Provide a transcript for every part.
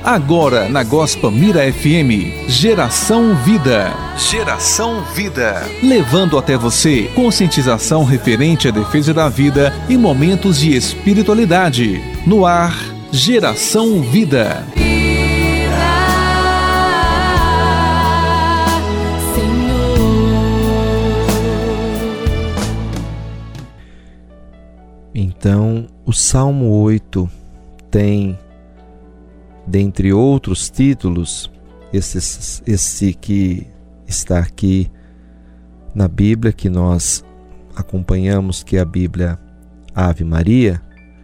Agora na Gospel Mira FM, Geração Vida. Geração Vida. Levando até você conscientização referente à defesa da vida e momentos de espiritualidade. No ar, Geração Vida. Então, o Salmo 8 tem, dentre outros títulos, esse que está aqui na Bíblia, que nós acompanhamos, que é a Bíblia Ave Maria,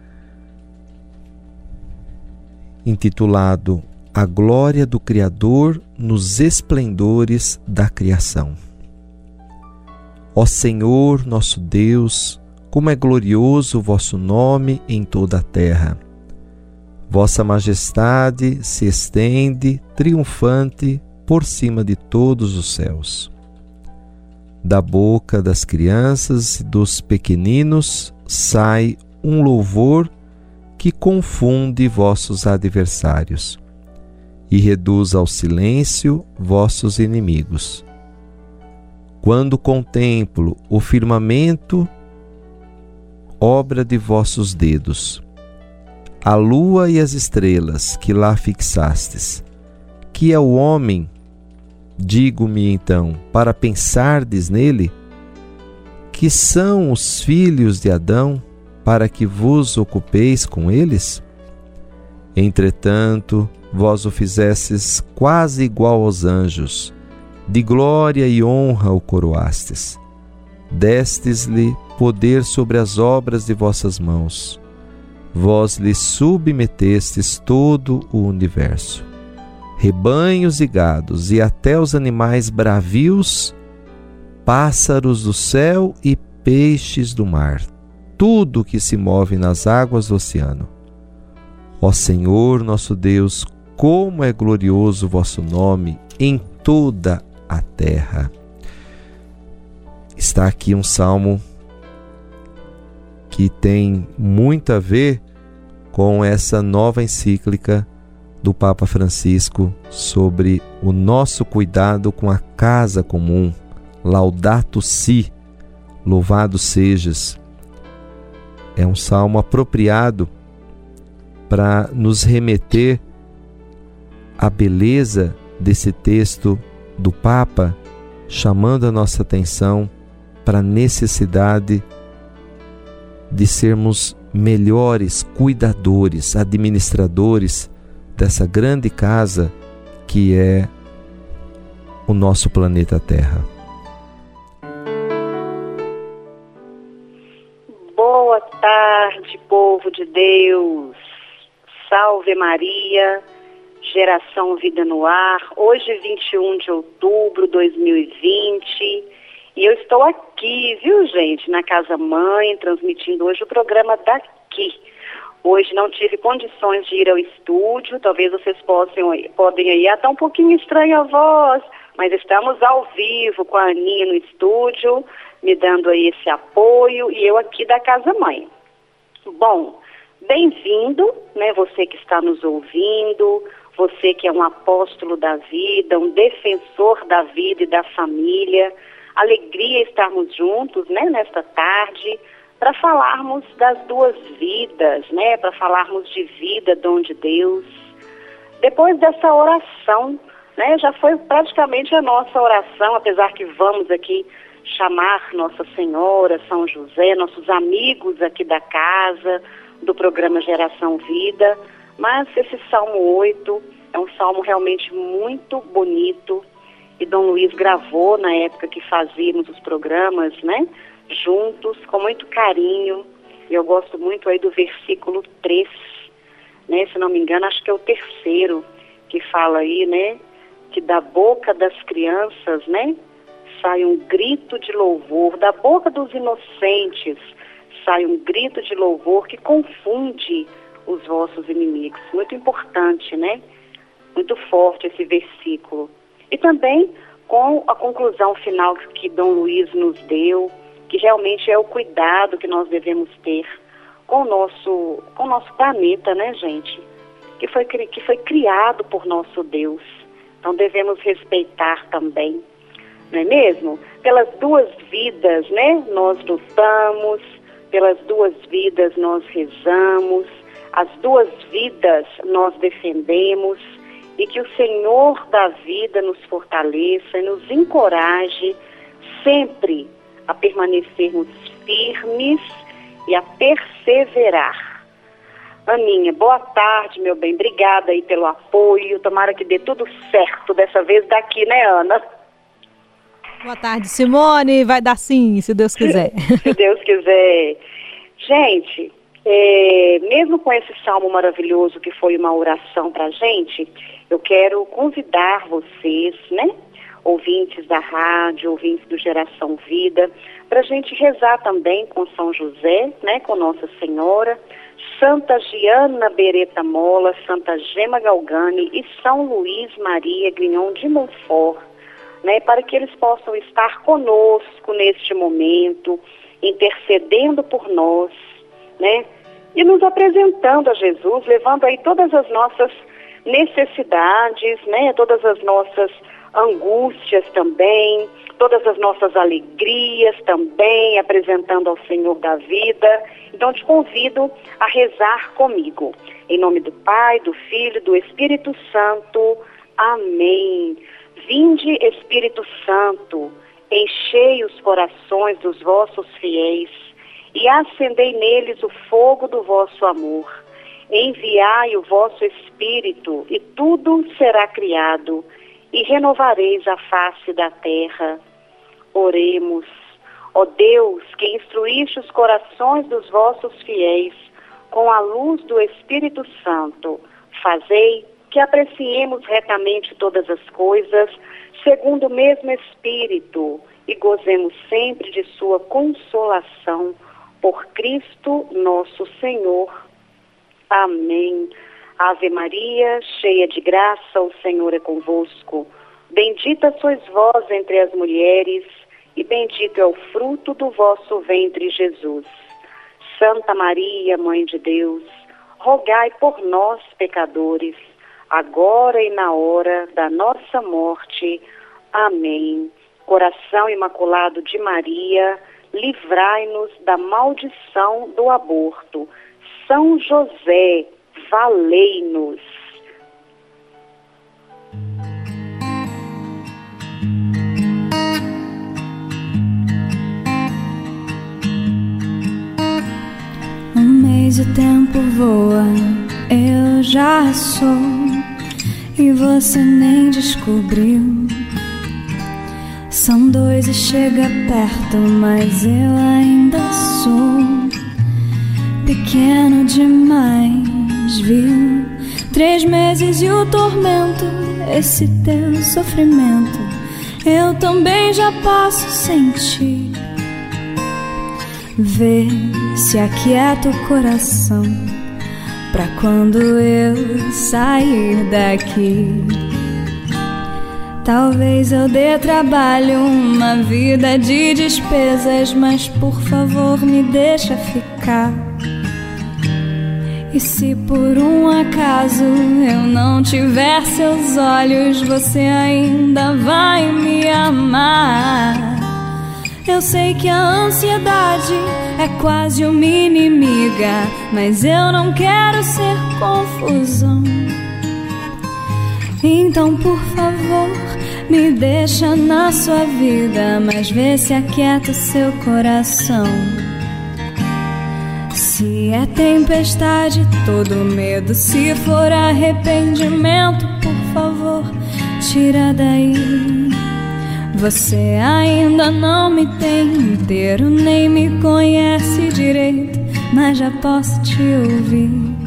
intitulado A Glória do Criador nos Esplendores da Criação. Ó Senhor, nosso Deus, como é glorioso o vosso nome em toda a terra. Vossa majestade se estende, triunfante, por cima de todos os céus. Da boca das crianças e dos pequeninos sai um louvor que confunde vossos adversários e reduz ao silêncio vossos inimigos. Quando contemplo o firmamento, obra de vossos dedos, a lua e as estrelas que lá fixastes, que é o homem, digo-me então, para pensardes nele, que são os filhos de Adão, para que vos ocupeis com eles? Entretanto, vós o fizestes quase igual aos anjos, de glória e honra o coroastes. Destes-lhe poder sobre as obras de vossas mãos. Vós lhe submetestes todo o universo. Rebanhos e gados, e até os animais bravios, pássaros do céu e peixes do mar, tudo que se move nas águas do oceano. Ó Senhor, nosso Deus, como é glorioso o vosso nome em toda a terra. Está aqui um salmo que tem muito a ver com essa nova encíclica do Papa Francisco sobre o nosso cuidado com a casa comum. Laudato Si, louvado sejas. É um salmo apropriado para nos remeter à beleza desse texto do Papa, chamando a nossa atenção para a necessidade de sermos melhores cuidadores, administradores dessa grande casa que é o nosso planeta Terra. Boa tarde, povo de Deus. Salve Maria, Geração Vida no Ar. Hoje, 21 de outubro de 2020. E eu estou aqui, viu, gente, na Casa Mãe, transmitindo hoje o programa daqui. Hoje não tive condições de ir ao estúdio, talvez vocês podem aí, tá um pouquinho estranha a voz, mas estamos ao vivo com a Aninha no estúdio, me dando aí esse apoio, e eu aqui da Casa Mãe. Bom, bem-vindo, né, você que está nos ouvindo, você que é um apóstolo da vida, um defensor da vida e da família. Alegria estarmos juntos, né, nesta tarde, para falarmos das duas vidas, né, para falarmos de vida, dom de Deus. Depois dessa oração, né, já foi praticamente a nossa oração, apesar que vamos aqui chamar Nossa Senhora, São José, nossos amigos aqui da casa, do programa Geração Vida, mas esse Salmo 8 é um salmo realmente muito bonito, e Dom Luiz gravou na época que fazíamos os programas, né, juntos, com muito carinho. E eu gosto muito aí do versículo 3, né, se não me engano, acho que é o terceiro, que fala aí, né, que da boca das crianças, né, sai um grito de louvor, da boca dos inocentes sai um grito de louvor que confunde os vossos inimigos. Muito importante, né? Muito forte esse versículo. E também com a conclusão final que Dom Luiz nos deu, que realmente é o cuidado que nós devemos ter com o nosso planeta, né, gente? que foi criado por nosso Deus. Então devemos respeitar também, não é mesmo? Pelas duas vidas, né? Nós lutamos, pelas duas vidas nós rezamos, as duas vidas nós defendemos, e que o Senhor da vida nos fortaleça e nos encoraje sempre a permanecermos firmes e a perseverar. Aninha, boa tarde, meu bem. Obrigada aí pelo apoio. Tomara que dê tudo certo dessa vez daqui, né, Ana? Boa tarde, Simone. Vai dar sim, se Deus quiser. Se Deus quiser. Gente, mesmo com esse salmo maravilhoso que foi uma oração pra gente, eu quero convidar vocês, né, ouvintes da rádio, ouvintes do Geração Vida, para a gente rezar também com São José, né, com Nossa Senhora, Santa Giana Beretta Mola, Santa Gema Galgani e São Luís Maria Grignon de Montfort, né, para que eles possam estar conosco neste momento, intercedendo por nós, né, e nos apresentando a Jesus, levando aí todas as nossas necessidades, né, todas as nossas angústias também, todas as nossas alegrias também, apresentando ao Senhor da vida. Então te convido a rezar comigo. Em nome do Pai, do Filho e do Espírito Santo. Amém. Vinde, Espírito Santo, enchei os corações dos vossos fiéis e acendei neles o fogo do vosso amor. Enviai o vosso Espírito e tudo será criado e renovareis a face da terra. Oremos. Ó Deus, que instruíste os corações dos vossos fiéis com a luz do Espírito Santo, fazei que apreciemos retamente todas as coisas, segundo o mesmo Espírito, e gozemos sempre de sua consolação, por Cristo nosso Senhor. Amém. Ave Maria, cheia de graça, o Senhor é convosco. Bendita sois vós entre as mulheres, e bendito é o fruto do vosso ventre, Jesus. Santa Maria, Mãe de Deus, rogai por nós, pecadores, agora e na hora da nossa morte. Amém. Coração Imaculado de Maria, livrai-nos da maldição do aborto. São José, valei-nos. Mês o tempo voa, eu já sou, e você nem descobriu. São dois e chega perto, mas eu ainda sou pequeno demais, viu? 3 meses e o tormento, esse teu sofrimento, eu também já posso sentir. Vê se aquieta o coração pra quando eu sair daqui. Talvez eu dê trabalho, uma vida de despesas, mas por favor me deixa ficar. E se por um acaso eu não tiver seus olhos, você ainda vai me amar. Eu sei que a ansiedade é quase uma inimiga, mas eu não quero ser confusão. Então, por favor, me deixa na sua vida, mas vê se aquieta o seu coração. Se é tempestade, todo medo, se for arrependimento, por favor, tira daí. Você ainda não me tem inteiro, nem me conhece direito, mas já posso te ouvir.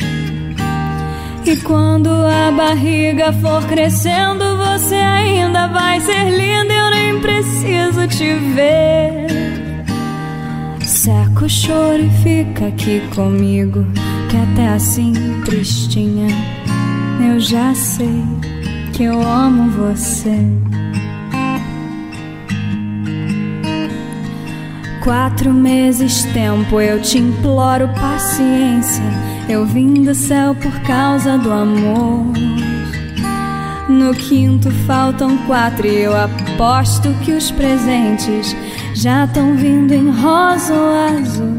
E quando a barriga for crescendo, você ainda vai ser linda, eu nem preciso te ver. Seca o choro e fica aqui comigo, que até assim, tristinha, eu já sei que eu amo você. 4 meses tempo, eu te imploro paciência. Eu vim do céu por causa do amor. No 5º faltam 4 e eu aposto que os presentes já estão vindo em rosa ou azul.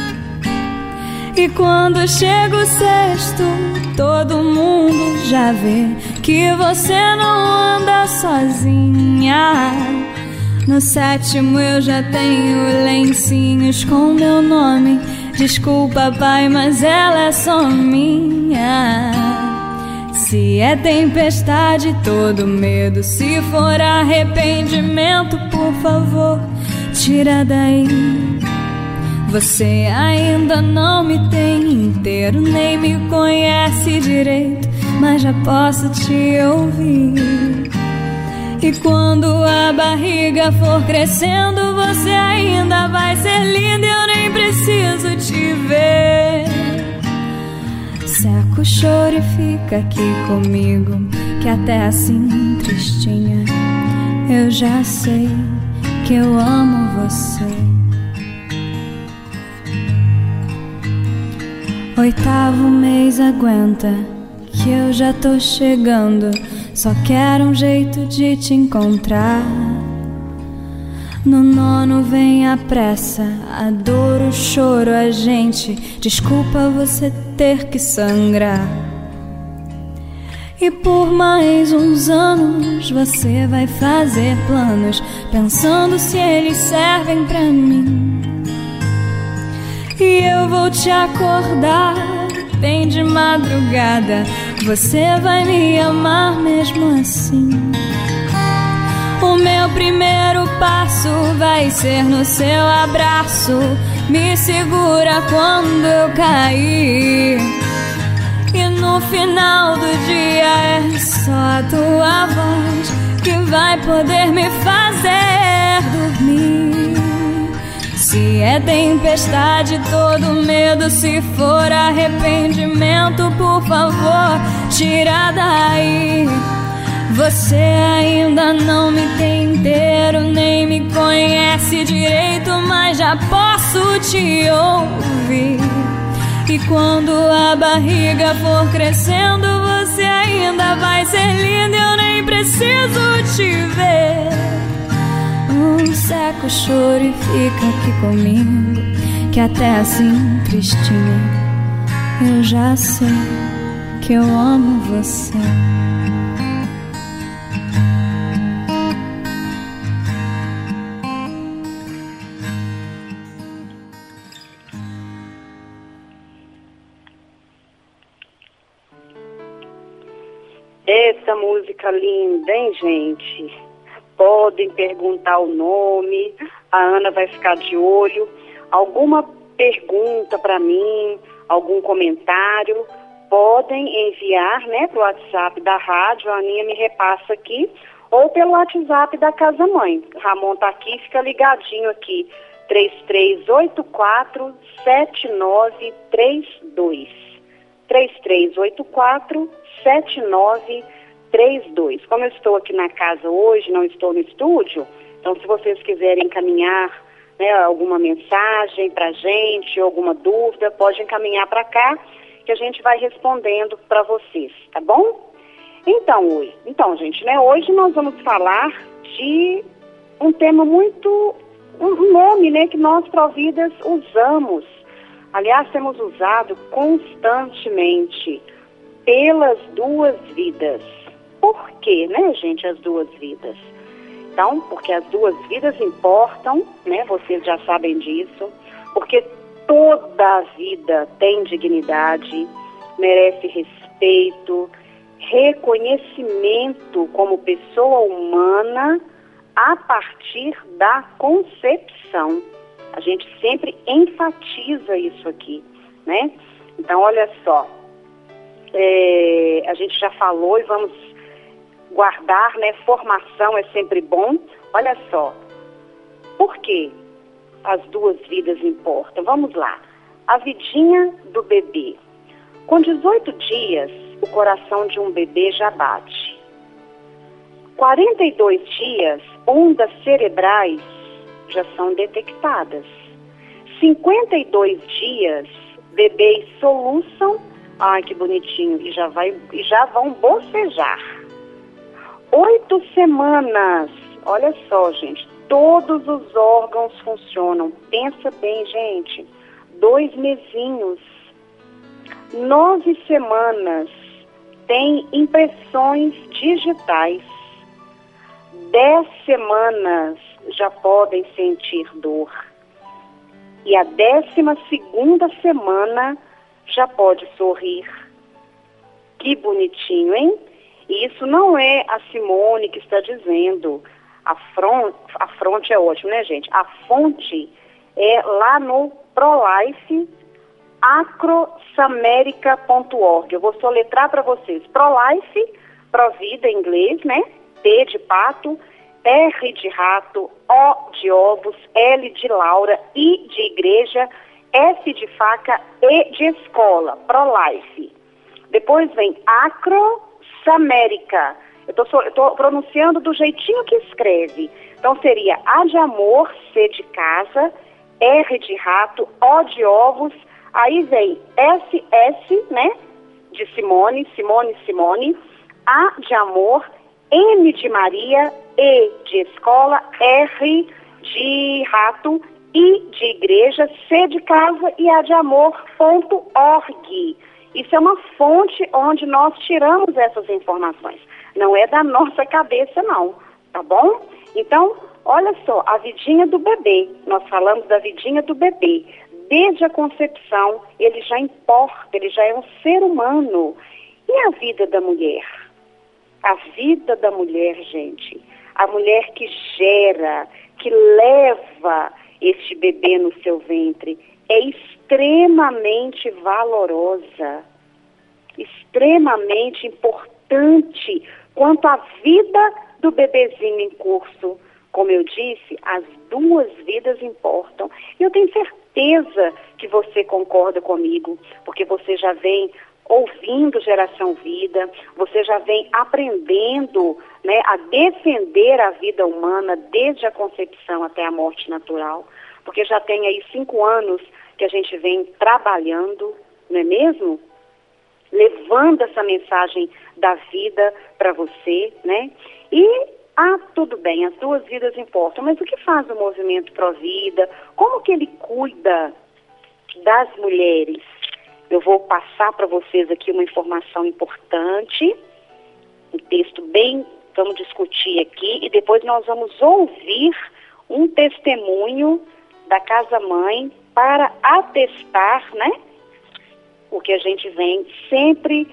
E quando chega o 6º, todo mundo já vê que você não anda sozinha. No 7º eu já tenho lencinhos com meu nome. Desculpa, pai, mas ela é só minha. Se é tempestade, todo medo. Se for arrependimento, por favor, tira daí. Você ainda não me tem inteiro, nem me conhece direito, mas já posso te ouvir. E quando a barriga for crescendo, você ainda vai ser linda e eu nem preciso te ver. Seca o choro e fica aqui comigo, que até assim, tristinha, eu já sei que eu amo você. 8º mês aguenta, que eu já tô chegando. Só quero um jeito de te encontrar. No 9º vem a pressa, a dor, o choro, a gente. Desculpa você ter que sangrar. E por mais uns anos você vai fazer planos, pensando se eles servem pra mim. E eu vou te acordar bem de madrugada. Você vai me amar mesmo assim. O meu primeiro passo vai ser no seu abraço. Me segura quando eu cair. E no final do dia é só a tua voz que vai poder me fazer dormir. Se é tempestade, todo medo. Se for arrependimento, por favor, tira daí. Você ainda não me tem inteiro, nem me conhece direito, mas já posso te ouvir. E quando a barriga for crescendo, você ainda vai ser linda e eu nem preciso te ver. Seca o choro e fica aqui comigo, que até assim, tristinha, eu já sei que eu amo você. Essa música linda, hein, gente? Podem perguntar o nome, a Ana vai ficar de olho. Alguma pergunta para mim, algum comentário, podem enviar, né, para o WhatsApp da rádio, a Aninha me repassa aqui, ou pelo WhatsApp da Casa Mãe. Ramon tá aqui, fica ligadinho aqui, 3384-7932. 3384-7932. Como eu estou aqui na casa hoje, não estou no estúdio, então se vocês quiserem encaminhar, né, alguma mensagem pra gente, alguma dúvida, pode encaminhar para cá, que a gente vai respondendo para vocês, tá bom? Então, gente, né, hoje nós vamos falar de um tema muito, um nome, né, que nós Providas usamos. Aliás, temos usado constantemente, pelas 2 vidas. Por quê, né, gente, as 2 vidas? Então, porque as 2 vidas importam, né, vocês já sabem disso, porque toda a vida tem dignidade, merece respeito, reconhecimento como pessoa humana a partir da concepção. A gente sempre enfatiza isso aqui, né? Então, olha só, a gente já falou e vamos guardar, né? Formação é sempre bom. Olha só, por que as 2 vidas importam? Vamos lá. A vidinha do bebê. Com 18 dias, o coração de um bebê já bate. 42 dias, ondas cerebrais já são detectadas. 52 dias, bebês soluçam, ai que bonitinho, e já vão bocejar. 8 semanas, olha só, gente, todos os órgãos funcionam. Pensa bem, gente, 2 mesinhos. 9 semanas, tem impressões digitais. 10 semanas já podem sentir dor. E a 12ª semana já pode sorrir. Que bonitinho, hein? E isso não é a Simone que está dizendo. A fonte é ótimo, né, gente? A fonte é lá no ProLife, acrosamerica.org. Eu vou soletrar para vocês. ProLife, Provida em inglês, né? P de pato, R de rato, O de ovos, L de Laura, I de igreja, F de faca, E de escola, ProLife. Depois vem Acrosamerica. Eu estou pronunciando do jeitinho que escreve. Então seria A de amor, C de casa, R de rato, O de ovos, aí vem SS, né? De Simone, A de amor, M de Maria, E de escola, R de rato, I de igreja, C de casa e A de amor.org. Isso é uma fonte onde nós tiramos essas informações. Não é da nossa cabeça, não, tá bom? Então, olha só, a vidinha do bebê. Nós falamos da vidinha do bebê. Desde a concepção, ele já importa, ele já é um ser humano. E a vida da mulher? A vida da mulher, gente, a mulher que gera, que leva este bebê no seu ventre, é extremamente valorosa, extremamente importante quanto à vida do bebezinho em curso. Como eu disse, as 2 vidas importam. E eu tenho certeza que você concorda comigo, porque você já vem ouvindo Geração Vida, você já vem aprendendo, né, a defender a vida humana desde a concepção até a morte natural, porque já tem aí 5 anos que a gente vem trabalhando, não é mesmo? Levando essa mensagem da vida para você, né? E, tudo bem, as 2 vidas importam, mas o que faz o movimento Provida? Como que ele cuida das mulheres? Eu vou passar para vocês aqui uma informação importante, um texto bem, vamos discutir aqui, e depois nós vamos ouvir um testemunho da Casa-Mãe para atestar, né, o que a gente vem sempre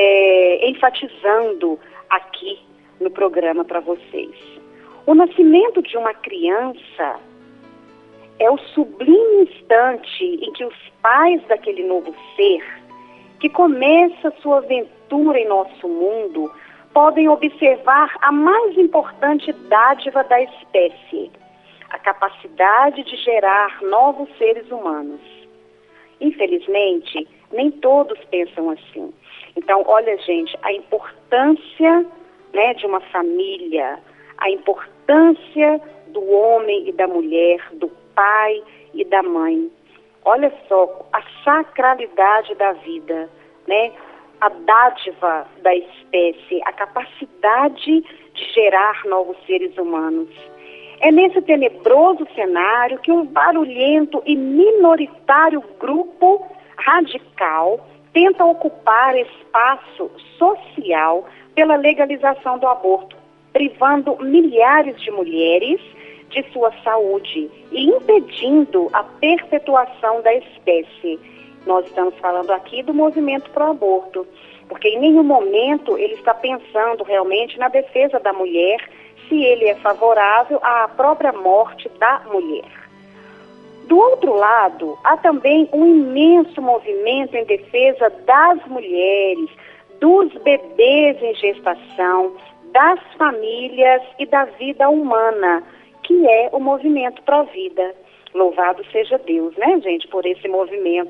enfatizando aqui no programa para vocês. O nascimento de uma criança é o sublime instante em que os pais daquele novo ser, que começa sua aventura em nosso mundo, podem observar a mais importante dádiva da espécie, a capacidade de gerar novos seres humanos. Infelizmente, nem todos pensam assim. Então, olha, gente, a importância, né, de uma família, a importância do homem e da mulher, do pai e da mãe. Olha só, a sacralidade da vida, né? A dádiva da espécie, a capacidade de gerar novos seres humanos. É nesse tenebroso cenário que um barulhento e minoritário grupo radical tenta ocupar espaço social pela legalização do aborto, privando milhares de mulheres de sua saúde e impedindo a perpetuação da espécie. Nós estamos falando aqui do movimento pró-aborto, porque em nenhum momento ele está pensando realmente na defesa da mulher, se ele é favorável à própria morte da mulher. Do outro lado, há também um imenso movimento em defesa das mulheres, dos bebês em gestação, das famílias e da vida humana, que é o movimento Pró-Vida. Louvado seja Deus, né, gente, por esse movimento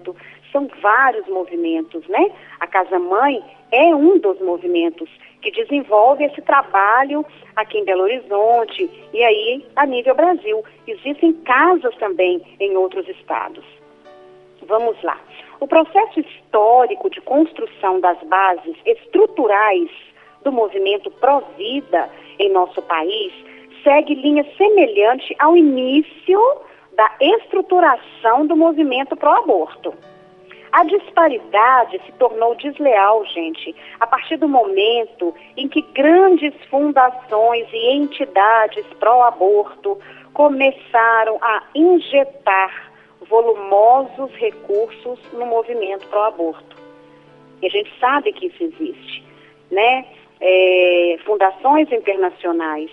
são vários movimentos, né? A Casa Mãe é um dos movimentos que desenvolve esse trabalho aqui em Belo Horizonte e aí a nível Brasil. Existem casas também em outros estados. Vamos lá. O processo histórico de construção das bases estruturais do movimento pró-vida em nosso país segue linha semelhante ao início da estruturação do movimento pró-aborto. A disparidade se tornou desleal, gente, a partir do momento em que grandes fundações e entidades pró-aborto começaram a injetar volumosos recursos no movimento pró-aborto. E a gente sabe que isso existe, né? Fundações internacionais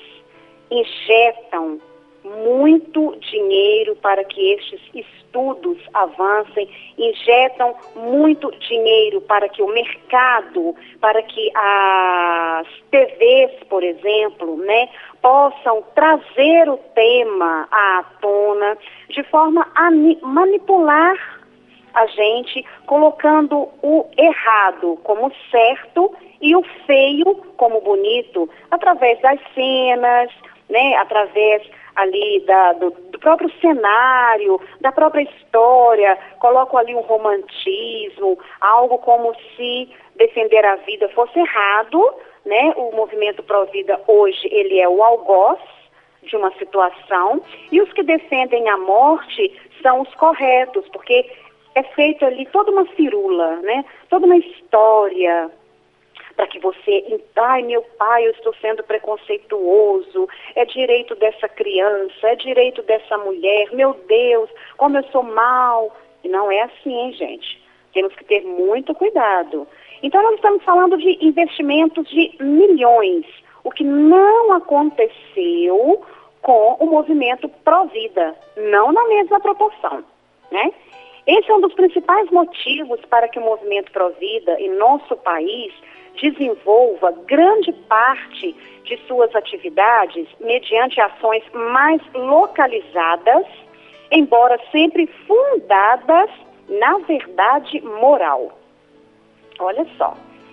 injetam muito dinheiro para que estes estudos avancem, injetam muito dinheiro para que o mercado, para que as TVs, por exemplo, né, possam trazer o tema à tona de forma a manipular a gente, colocando o errado como certo e o feio como bonito, através das cenas, né, através ali do próprio cenário, da própria história, coloco ali um romantismo, algo como se defender a vida fosse errado, né? O movimento pró-vida hoje, ele é o algoz de uma situação, e os que defendem a morte são os corretos, porque é feita ali toda uma firula, né? Toda uma história para que você, ai meu pai, eu estou sendo preconceituoso, é direito dessa criança, é direito dessa mulher, meu Deus, como eu sou mal. E não é assim, hein, gente? Temos que ter muito cuidado. Então nós estamos falando de investimentos de milhões, o que não aconteceu com o movimento pró-vida, não na mesma proporção, né? Esse é um dos principais motivos para que o movimento pró-vida em nosso país desenvolva grande parte de suas atividades mediante ações mais localizadas, embora sempre fundadas na verdade moral. Olha só.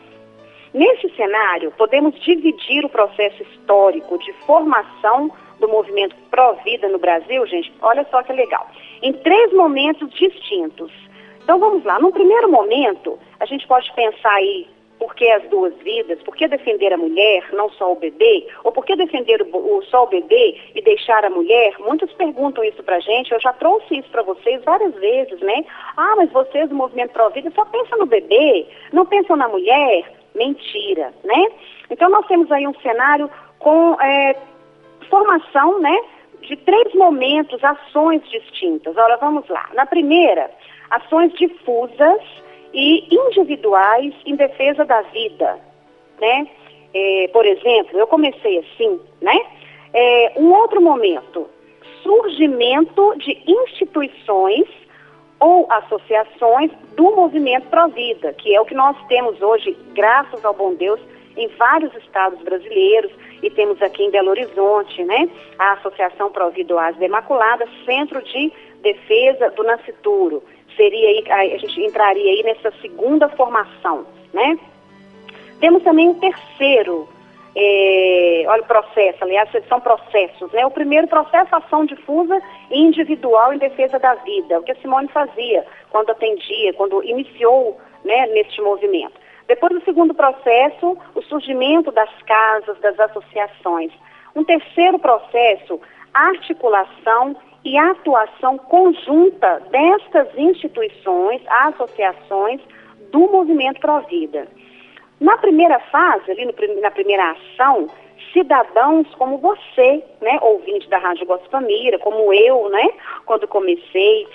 Nesse cenário, podemos dividir o processo histórico de formação do movimento pró-vida no Brasil, gente, olha só que legal, em 3 momentos distintos. Então vamos lá, no primeiro momento, a gente pode pensar aí, por que as 2 vidas? Por que defender a mulher, não só o bebê? Ou por que defender só o bebê e deixar a mulher? Muitos perguntam isso pra gente, eu já trouxe isso para vocês várias vezes, né? Ah, mas vocês do movimento pró-vida só pensam no bebê, não pensam na mulher? Mentira, né? Então nós temos aí um cenário com formação, né, de 3 momentos, ações distintas. Olha, vamos lá. Na primeira, ações difusas e individuais em defesa da vida, né? Por exemplo, eu comecei assim, né? Um outro momento, surgimento de instituições ou associações do movimento pró-vida, que é o que nós temos hoje, graças ao bom Deus, em vários estados brasileiros, e temos aqui em Belo Horizonte, né? A Associação Pró-Vida Oásis da Imaculada, Centro de Defesa do Nascituro. Seria aí, a gente entraria aí nessa segunda formação, né? Temos também o terceiro, olha o processo, aliás, são processos, né? O primeiro processo, ação difusa e individual em defesa da vida, o que a Simone fazia quando atendia, quando iniciou, né, neste movimento. Depois do segundo processo, o surgimento das casas, das associações. Um terceiro processo, articulação e atuação conjunta destas instituições, associações do movimento pró-vida. Na primeira fase, ali na primeira ação, cidadãos como você, né, ouvinte da Rádio Gospel Mira, como eu, né, quando comecei,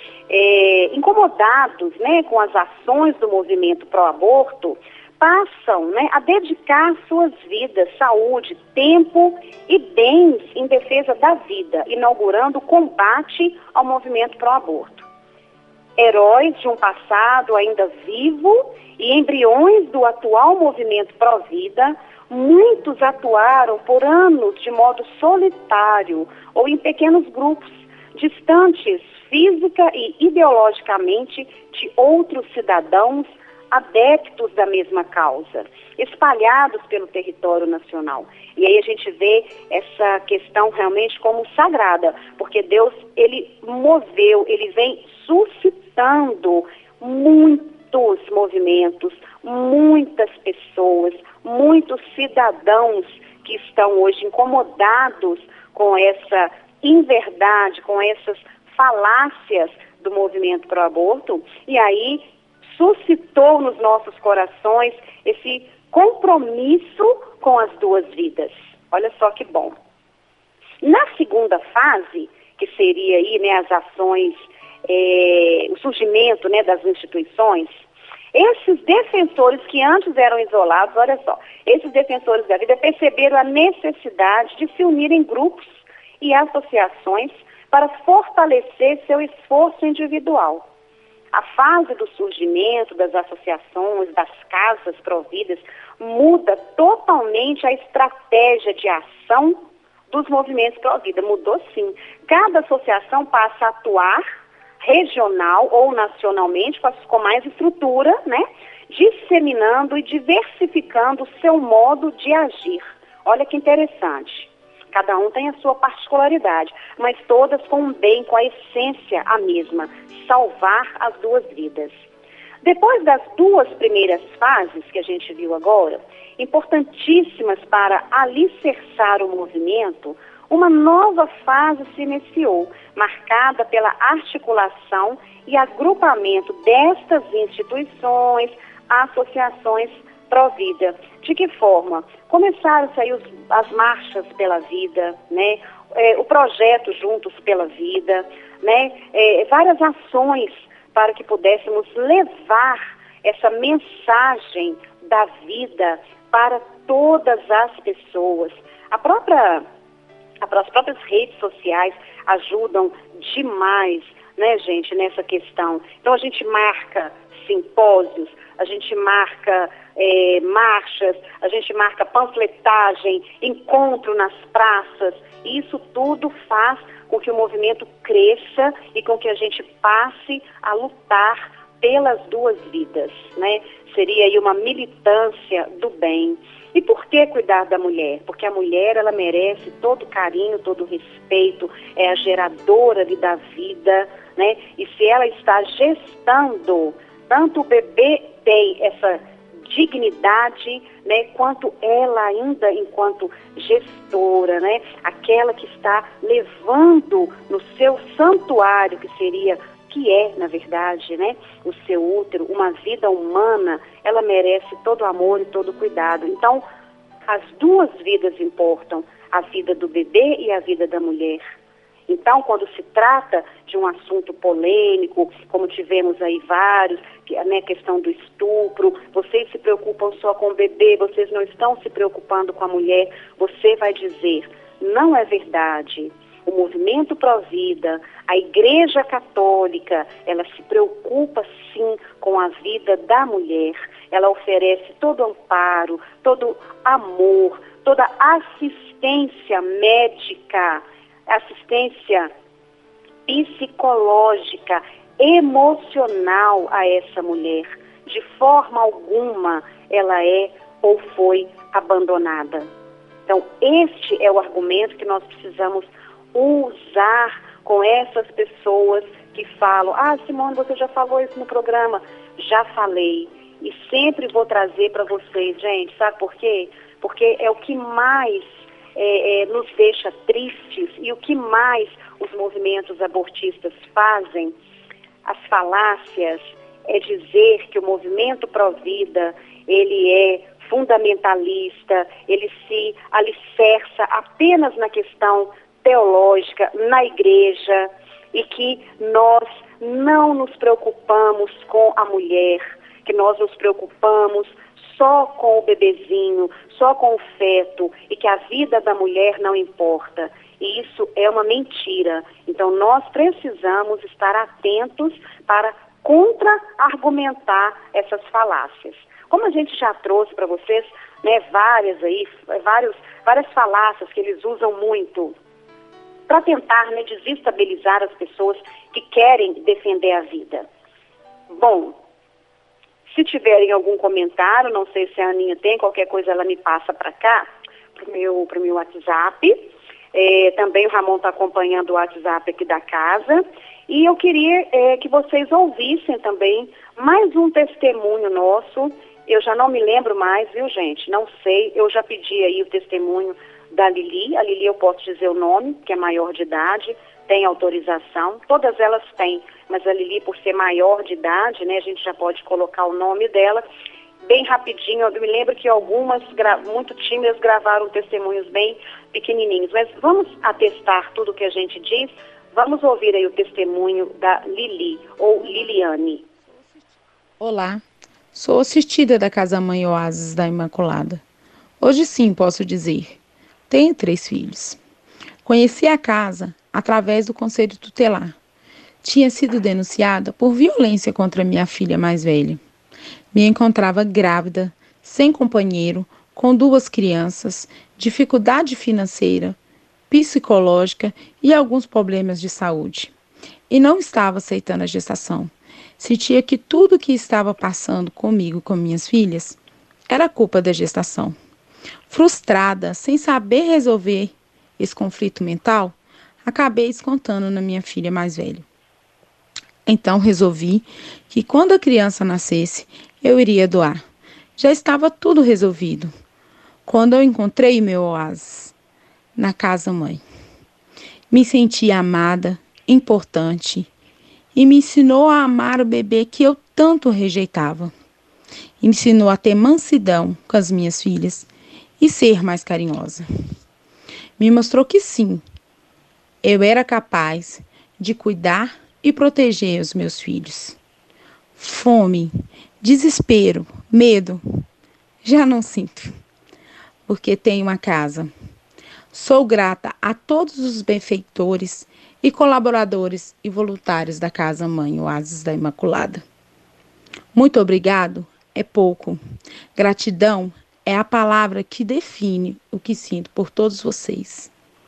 incomodados, né, com as ações do movimento pró-aborto, passam, né, a dedicar suas vidas, saúde, tempo e bens em defesa da vida, inaugurando o combate ao movimento pró-aborto. Heróis de um passado ainda vivo e embriões do atual movimento pró-vida, muitos atuaram por anos de modo solitário ou em pequenos grupos, distantes física e ideologicamente de outros cidadãos adeptos da mesma causa, espalhados pelo território nacional. E aí a gente vê essa questão realmente como sagrada, porque Deus, ele moveu, ele vem suscitando muitos movimentos, muitas pessoas, muitos cidadãos que estão hoje incomodados com essa inverdade, com essas falácias do movimento pro aborto, e aí suscitou nos nossos corações esse compromisso com as duas vidas. Olha só que bom. Na segunda fase, que seria aí, né, as ações, o surgimento, né, das instituições, esses defensores que antes eram isolados, olha só, esses defensores da vida perceberam a necessidade de se unir em grupos e associações para fortalecer seu esforço individual. A fase do surgimento das associações, das casas providas, muda totalmente a estratégia de ação dos movimentos pró-vida. Mudou sim. Cada associação passa a atuar regional ou nacionalmente, com mais estrutura, né? Disseminando e diversificando o seu modo de agir. Olha que interessante. Cada um tem a sua particularidade, mas todas com um bem, com a essência a mesma, salvar as duas vidas. Depois das duas primeiras fases que a gente viu agora, importantíssimas para alicerçar o movimento, uma nova fase se iniciou, marcada pela articulação e agrupamento destas instituições, associações pró-vida. De que forma? Começaram-se aí as marchas pela vida, né? O projeto Juntos pela Vida, né? Várias ações para que pudéssemos levar essa mensagem da vida para todas as pessoas. As próprias redes sociais ajudam demais, né, gente, nessa questão. Então a gente marca simpósios, a gente marca marchas, a gente marca panfletagem, encontro nas praças, e isso tudo faz com que o movimento cresça e com que a gente passe a lutar pelas duas vidas, né? Seria aí uma militância do bem. E por que cuidar da mulher? Porque a mulher, ela merece todo carinho, todo respeito, é a geradora da vida, né? E se ela está gestando, tanto o bebê tem essa dignidade, né, quanto ela ainda enquanto gestora, né, aquela que está levando no seu santuário, que é, na verdade, né, o seu útero, uma vida humana, ela merece todo amor e todo cuidado. Então, as duas vidas importam, a vida do bebê e a vida da mulher. Então, quando se trata de um assunto polêmico, como tivemos aí vários, né, questão do estupro, vocês se preocupam só com o bebê, vocês não estão se preocupando com a mulher, você vai dizer, não é verdade. O movimento pró-vida, a Igreja Católica, ela se preocupa sim com a vida da mulher, ela oferece todo amparo, todo amor, toda assistência médica, assistência psicológica, emocional a essa mulher. De forma alguma ela é ou foi abandonada. Então, este é o argumento que nós precisamos usar com essas pessoas que falam, Simone, você já falou isso no programa. Já falei. E sempre vou trazer para vocês, gente, sabe por quê? Porque é o que mais nos deixa tristes e o que mais os movimentos abortistas fazem, as falácias, é dizer que o movimento pró-vida, ele é fundamentalista, ele se alicerça apenas na questão teológica, na igreja, e que nós não nos preocupamos com a mulher, que nós nos preocupamos só com o bebezinho, só com o feto, e que a vida da mulher não importa. E isso é uma mentira. Então nós precisamos estar atentos para contra-argumentar essas falácias. Como a gente já trouxe para vocês, né, várias falácias que eles usam muito. para tentar, né, desestabilizar as pessoas que querem defender a vida. Bom, se tiverem algum comentário, não sei se a Aninha tem, qualquer coisa ela me passa para cá, pro meu WhatsApp. Também o Ramon está acompanhando o WhatsApp aqui da casa. E eu queria que vocês ouvissem também mais um testemunho nosso. Eu já não me lembro mais, viu, gente? Não sei, eu já pedi aí o testemunho da Lili. A Lili eu posso dizer o nome, que é maior de idade, tem autorização. Todas elas têm, mas a Lili, por ser maior de idade, né, a gente já pode colocar o nome dela. Bem rapidinho, eu me lembro que algumas, muito tímidas, gravaram testemunhos bem pequenininhos. Mas vamos atestar tudo que a gente diz. Vamos ouvir aí o testemunho da Lili, ou Liliane. Olá, sou assistida da Casa Mãe Oásis da Imaculada. Hoje sim posso dizer, tenho 3 filhos. Conheci a casa através do Conselho Tutelar. Tinha sido denunciada por violência contra minha filha mais velha. Me encontrava grávida, sem companheiro, com 2 crianças, dificuldade financeira, psicológica e alguns problemas de saúde. E não estava aceitando a gestação. Sentia que tudo que estava passando comigo e com minhas filhas era culpa da gestação. Frustrada, sem saber resolver esse conflito mental, acabei descontando na minha filha mais velha. Então resolvi que quando a criança nascesse, eu iria doar. Já estava tudo resolvido. Quando eu encontrei meu oásis na casa mãe, me senti amada, importante, e me ensinou a amar o bebê que eu tanto rejeitava. Me ensinou a ter mansidão com as minhas filhas e ser mais carinhosa. Me mostrou que sim, eu era capaz de cuidar e proteger os meus filhos. Fome, desespero, medo, já não sinto, porque tenho uma casa. Sou grata a todos os benfeitores e colaboradores e voluntários da Casa Mãe Oásis da Imaculada. Muito obrigado é pouco. Gratidão é a palavra que define o que sinto por todos vocês.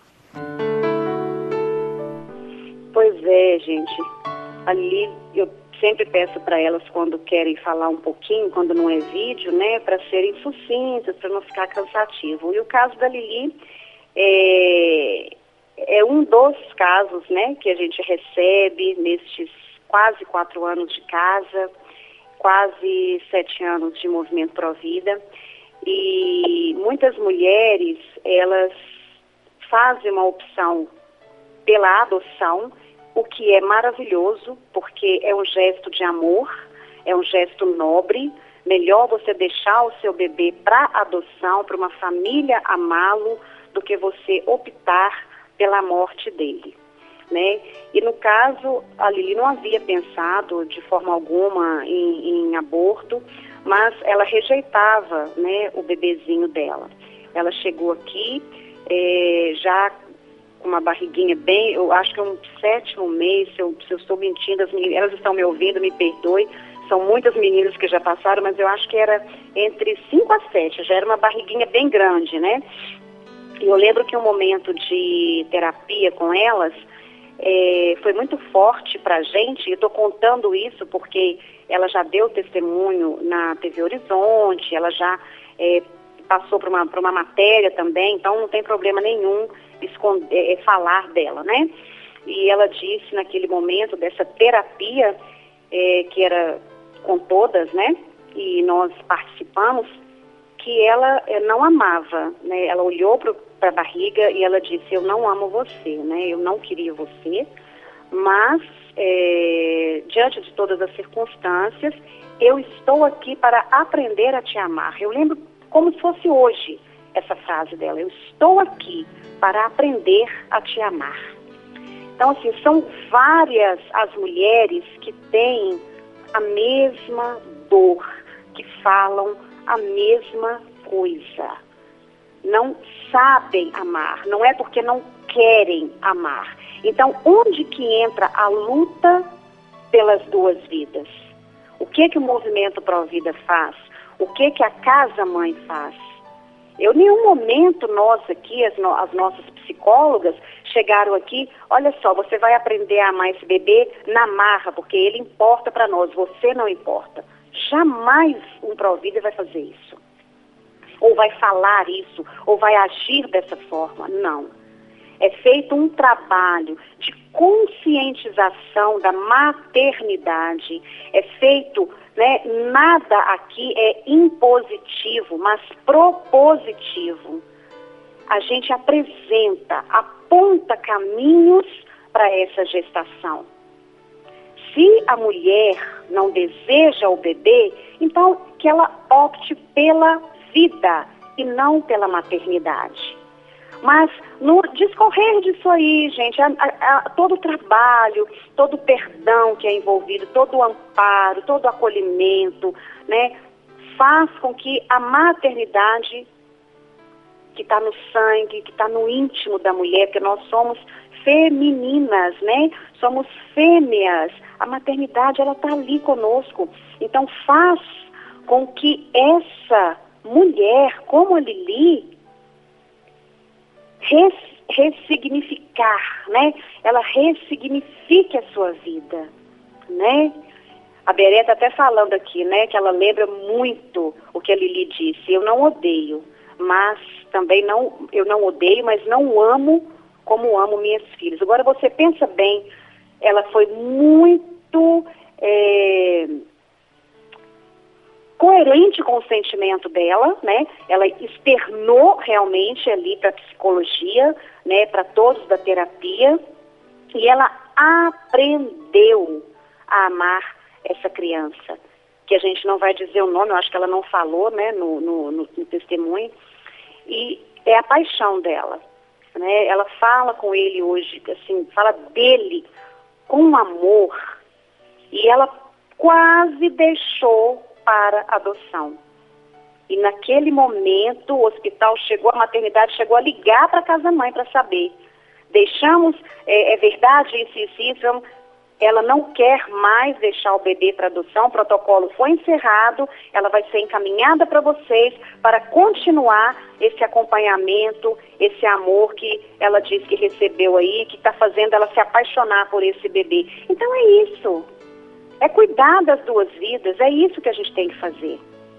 Pois é, gente. Ali eu sempre peço para elas, quando querem falar um pouquinho, quando não é vídeo, né, para serem sucintas, para não ficar cansativo. E o caso da Lili é um dos casos, né, que a gente recebe nestes quase 4 anos de casa, quase 7 anos de Movimento Pro Vida. E muitas mulheres, elas fazem uma opção pela adoção, o que é maravilhoso, porque é um gesto de amor, é um gesto nobre. Melhor você deixar o seu bebê para adoção, para uma família amá-lo, do que você optar pela morte dele, né? E no caso, a Lili não havia pensado de forma alguma em aborto, mas ela rejeitava, né, o bebezinho dela. Ela chegou aqui já com uma barriguinha bem, eu acho que é um 7º mês, se eu estou mentindo, as meninas, elas estão me ouvindo, me perdoe, são muitas meninas que já passaram, mas eu acho que era entre 5 a 7, já era uma barriguinha bem grande, né? E eu lembro que um momento de terapia com elas foi muito forte para a gente. Eu estou contando isso porque ela já deu testemunho na TV Horizonte, ela já passou por uma matéria também, então não tem problema nenhum falar dela, né? E ela disse naquele momento dessa terapia, que era com todas, né? E nós participamos, que ela não amava, né? Ela olhou para a barriga e ela disse: eu não amo você, né? Eu não queria você, mas diante de todas as circunstâncias, eu estou aqui para aprender a te amar. Eu lembro como se fosse hoje essa frase dela: eu estou aqui para aprender a te amar. Então, assim, são várias as mulheres que têm a mesma dor, que falam a mesma coisa. Não sabem amar, não é porque não querem amar. Então, onde que entra a luta pelas 2 vidas? O que o Movimento Pro Vida faz? O que a Casa Mãe faz? Em nenhum momento nós aqui, as nossas psicólogas, chegaram aqui, olha só, você vai aprender a amar esse bebê na marra, porque ele importa para nós, você não importa. Jamais um Provida vai fazer isso. Ou vai falar isso, ou vai agir dessa forma. Não. É feito um trabalho de conscientização da maternidade. É feito, né, nada aqui é impositivo, mas propositivo. A gente aponta caminhos para essa gestação. Se a mulher não deseja o bebê, então que ela opte pela vida e não pela maternidade. Mas no discorrer disso aí, gente, todo o trabalho, todo o perdão que é envolvido, todo o amparo, todo o acolhimento, né, faz com que a maternidade que está no sangue, que está no íntimo da mulher, porque nós somos femininas, né? Somos fêmeas. A maternidade, ela está ali conosco. Então faz com que essa mulher, como a Lili, ressignificar, né? Ela ressignifique a sua vida, né? A Beré está até falando aqui, né? Que ela lembra muito o que a Lili disse. Eu não odeio, mas também eu não odeio, mas não amo como amo minhas filhas. Agora você pensa bem, ela foi muito coerente com o sentimento dela, né? Ela externou realmente ali para a psicologia, né? Para todos da terapia, e ela aprendeu a amar essa criança, que a gente não vai dizer o nome, eu acho que ela não falou, né? No testemunho, e é a paixão dela, né? Ela fala com ele hoje, assim, fala dele com amor, e ela quase deixou para adoção. E naquele momento o hospital chegou, a maternidade chegou a ligar para a casa-mãe para saber. Deixamos, é verdade, isso, ela não quer mais deixar o bebê para adoção, o protocolo foi encerrado, ela vai ser encaminhada para vocês para continuar esse acompanhamento, esse amor que ela disse que recebeu aí, que está fazendo ela se apaixonar por esse bebê. Então é isso. É cuidar das duas vidas, é isso que a gente tem que fazer.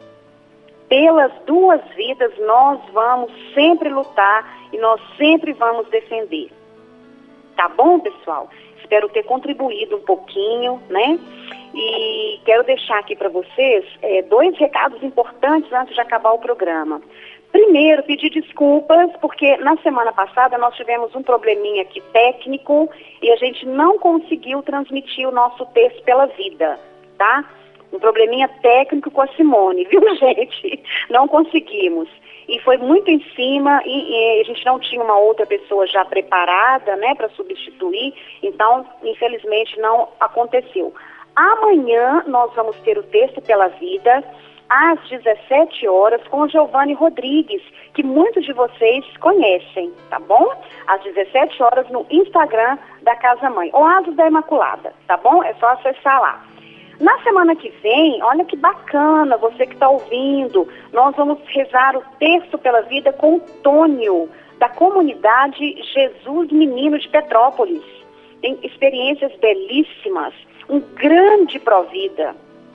Pelas duas vidas nós vamos sempre lutar e nós sempre vamos defender. Tá bom, pessoal? Espero ter contribuído um pouquinho, né? E quero deixar aqui para vocês 2 recados importantes antes de acabar o programa. Primeiro, pedir desculpas, porque na semana passada nós tivemos um probleminha aqui técnico e a gente não conseguiu transmitir o nosso texto pela vida, tá? Um probleminha técnico com a Simone, viu, gente? Não conseguimos. E foi muito em cima e a gente não tinha uma outra pessoa já preparada, né, para substituir, então, infelizmente, não aconteceu. Amanhã nós vamos ter o texto pela vida, às 17 horas, com Giovanni Rodrigues, que muitos de vocês conhecem, tá bom? Às 17 horas no Instagram da Casa Mãe, Oásis da Imaculada, tá bom? É só acessar lá. Na semana que vem, olha que bacana, você que está ouvindo, nós vamos rezar o terço pela vida com o Tônio, da comunidade Jesus Menino de Petrópolis. Tem experiências belíssimas, um grande Provida,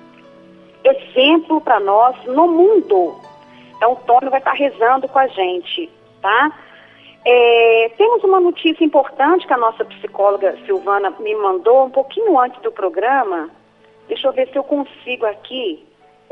exemplo para nós no mundo. Então o Tônio vai estar rezando com a gente, tá? Temos uma notícia importante que a nossa psicóloga Silvana me mandou um pouquinho antes do programa. Deixa eu ver se eu consigo aqui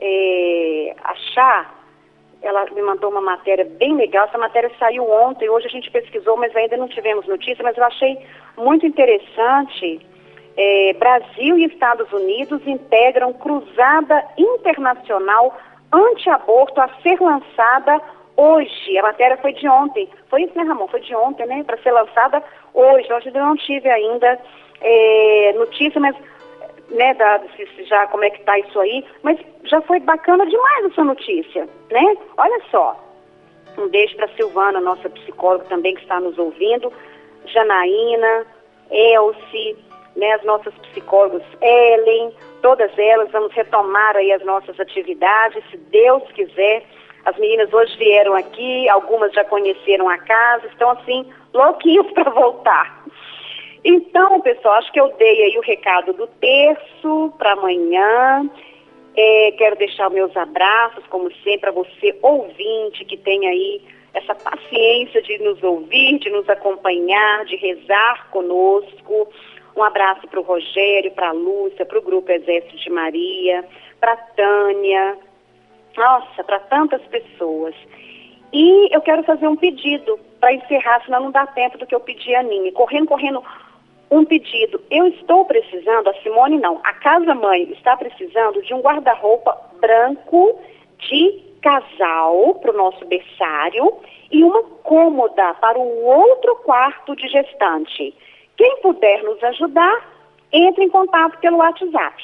achar. Ela me mandou uma matéria bem legal. Essa matéria saiu ontem, hoje a gente pesquisou, mas ainda não tivemos notícia, mas eu achei muito interessante. Brasil e Estados Unidos integram cruzada internacional anti-aborto a ser lançada hoje. A matéria foi de ontem. Foi isso, né, Ramon? Foi de ontem, né? Para ser lançada hoje. Hoje eu não tive ainda notícia, mas... né, já como é que tá isso aí, mas já foi bacana demais essa notícia, né? Olha só, um beijo para Silvana, nossa psicóloga também que está nos ouvindo, Janaína, Elci, né, as nossas psicólogas, Ellen, todas elas, vamos retomar aí as nossas atividades, se Deus quiser. As meninas hoje vieram aqui, algumas já conheceram a casa, estão assim, louquinhos para voltar. Então, pessoal, acho que eu dei aí o recado do terço para amanhã. Quero deixar meus abraços, como sempre, a você, ouvinte, que tem aí essa paciência de nos ouvir, de nos acompanhar, de rezar conosco. Um abraço para o Rogério, para a Lúcia, para o Grupo Exército de Maria, para a Tânia, nossa, para tantas pessoas. E eu quero fazer um pedido para encerrar, senão não dá tempo do que eu pedi a Aninha. Correndo, um pedido. Eu estou precisando, a Simone não, a Casa Mãe está precisando de um guarda-roupa branco de casal para o nosso berçário e uma cômoda para o outro quarto de gestante. Quem puder nos ajudar, entre em contato pelo WhatsApp,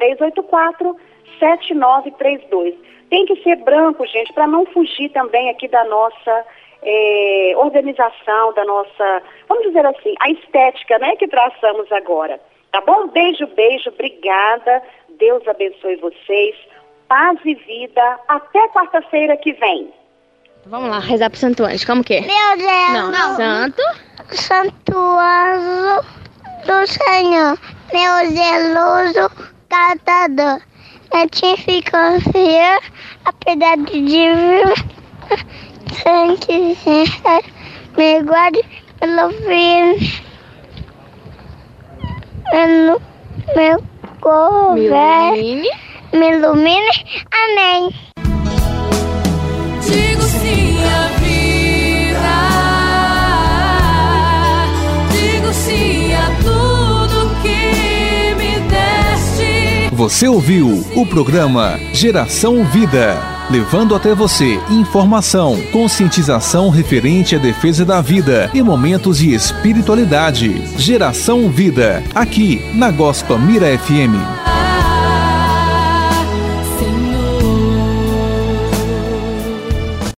3384-7932. Tem que ser branco, gente, para não fugir também aqui da nossa organização, da nossa, vamos dizer assim, a estética, né, que traçamos agora. Tá bom? Beijo, obrigada. Deus abençoe vocês. Paz e vida. Até quarta-feira que vem. Vamos lá, rezar pro Santo Anjo. Como que é? Meu Deus. Não. Santo Anjo do Senhor, meu zeloso guardador. Eu te fico fiel, apesar de viver, sem que me guarde pelo fim. No meu governo, me ilumine. Amém. Digo sim à vida, digo sim a tudo que me deste. Você ouviu o programa Geração Vida, levando até você informação, conscientização referente à defesa da vida e momentos de espiritualidade. Geração Vida, aqui na Gospel Mira FM.